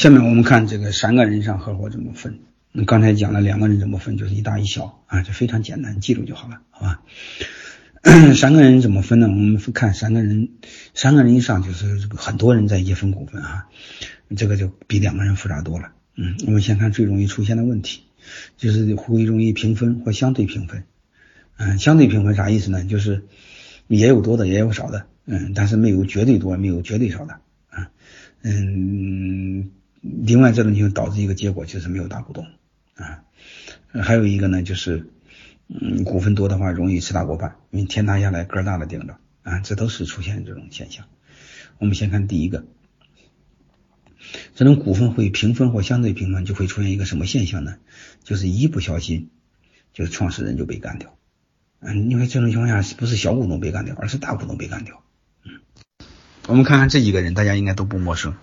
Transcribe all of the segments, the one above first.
下面我们看这个3个人以上合伙怎么分。刚才讲了2个人怎么分，就是一大一小啊，这非常简单，记住就好了，好吧？3个人怎么分呢？我们看3个人以上，就是很多人在一起分股份啊，这个就比2个人复杂多了。我们先看最容易出现的问题，就是会容易平分或相对平分。相对平分啥意思呢？就是也有多的也有少的，但是没有绝对多，没有绝对少的。另外这种就导致一个结果就是没有大股东啊。还有一个呢，就是股份多的话容易吃大锅饭，因为天塌下来个大的顶着啊，这都是出现这种现象。我们先看第一个，这种股份会平分或相对平分，就会出现一个什么现象呢？就是一不小心就是创始人就被干掉。因为这种情况下不是小股东被干掉，而是大股东被干掉。我们看看这几个人，大家应该都不陌生。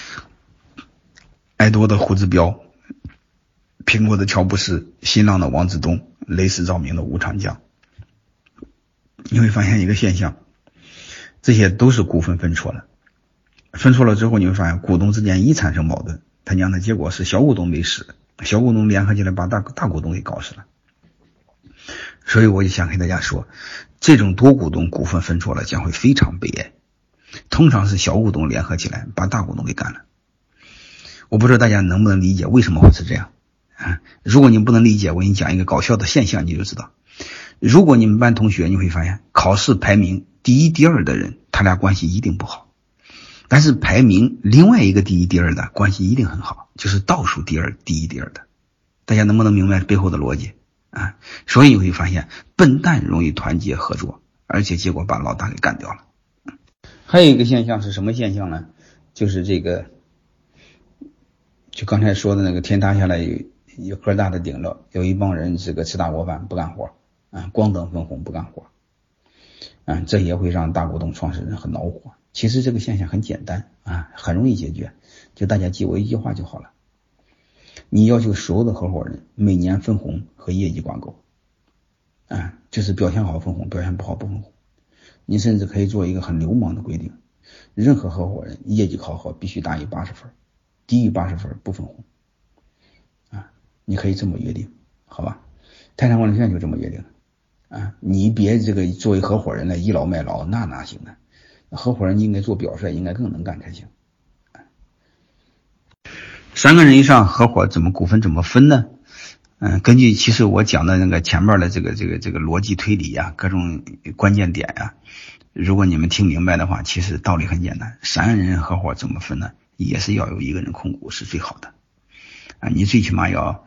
爱多的胡志彪，苹果的乔布斯，新浪的王志东，雷士照明的吴长江。你会发现一个现象，这些都是股份分错了。分错了之后，你会发现股东之间一产生矛盾，他娘的结果是小股东没死，小股东联合起来把大股东给搞死了。所以我就想跟大家说，这种多股东股份分错了将会非常悲哀。通常是小股东联合起来把大股东给干了。我不知道大家能不能理解为什么会是这样啊？如果你不能理解，我给你讲一个搞笑的现象，你就知道。如果你们班同学，你会发现考试排名第一第二的人，他俩关系一定不好，但是排名另外一个第一第二的关系一定很好，就是倒数第一第二的。大家能不能明白背后的逻辑啊？所以你会发现笨蛋容易团结合作，而且结果把老大给干掉了。还有一个现象是什么现象呢？就是这个就刚才说的那个天塌下来有个大的顶着，有一帮人这个吃大锅饭不干活啊，光等分红不干活啊，这也会让大股东创始人很恼火。其实这个现象很简单啊，很容易解决，就大家记我一句话就好了。你要求所有的合伙人每年分红和业绩挂钩啊，就是表现好分红，表现不好不分红。你甚至可以做一个很流氓的规定，任何合伙人业绩考核必须大于80分，低于80分不分红啊，你可以这么约定，好吧？泰山管理学院就这么约定啊，你别这个作为合伙人来倚老卖老，那哪行呢？合伙人应该做表率，应该更能干才行。3个人以上合伙股份怎么分呢？根据其实我讲的那个前面的这个逻辑推理啊，各种关键点啊，如果你们听明白的话，其实道理很简单。3个人合伙怎么分呢？也是要有1个人控股是最好的啊，你最起码要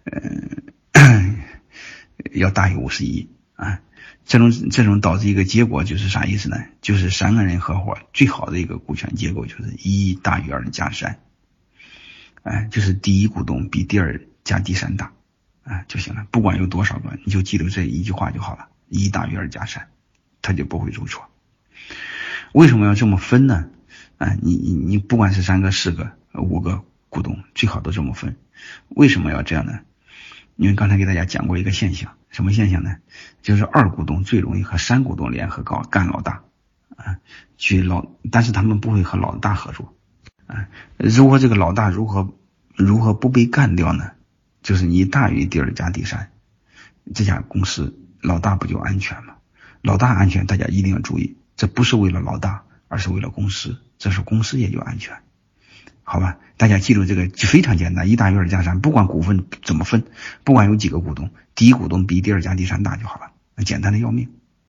大于51啊。这种导致一个结果就是啥意思呢？就是3个人合伙最好的一个股权结构就是1大于2加3，就是第一股东比第二加第三大就行了，不管有多少个，你就记住这一句话就好了，1大于2加3，他就不会出错。为什么要这么分呢？你不管是3个、4个、5个股东，最好都这么分。为什么要这样呢？因为刚才给大家讲过一个现象，什么现象呢？就是2股东最容易和3股东联合干老大但是他们不会和老大合作如果这个老大如何不被干掉呢？就是你大于第二加第三，这家公司老大不就安全吗？老大安全，大家一定要注意，这不是为了老大，而是为了公司，这是公司也就安全，好吧？大家记住这个就非常简单，1大于2加3，不管股份怎么分，不管有几个股东，第一股东比第二加第三大就好了，简单的要命。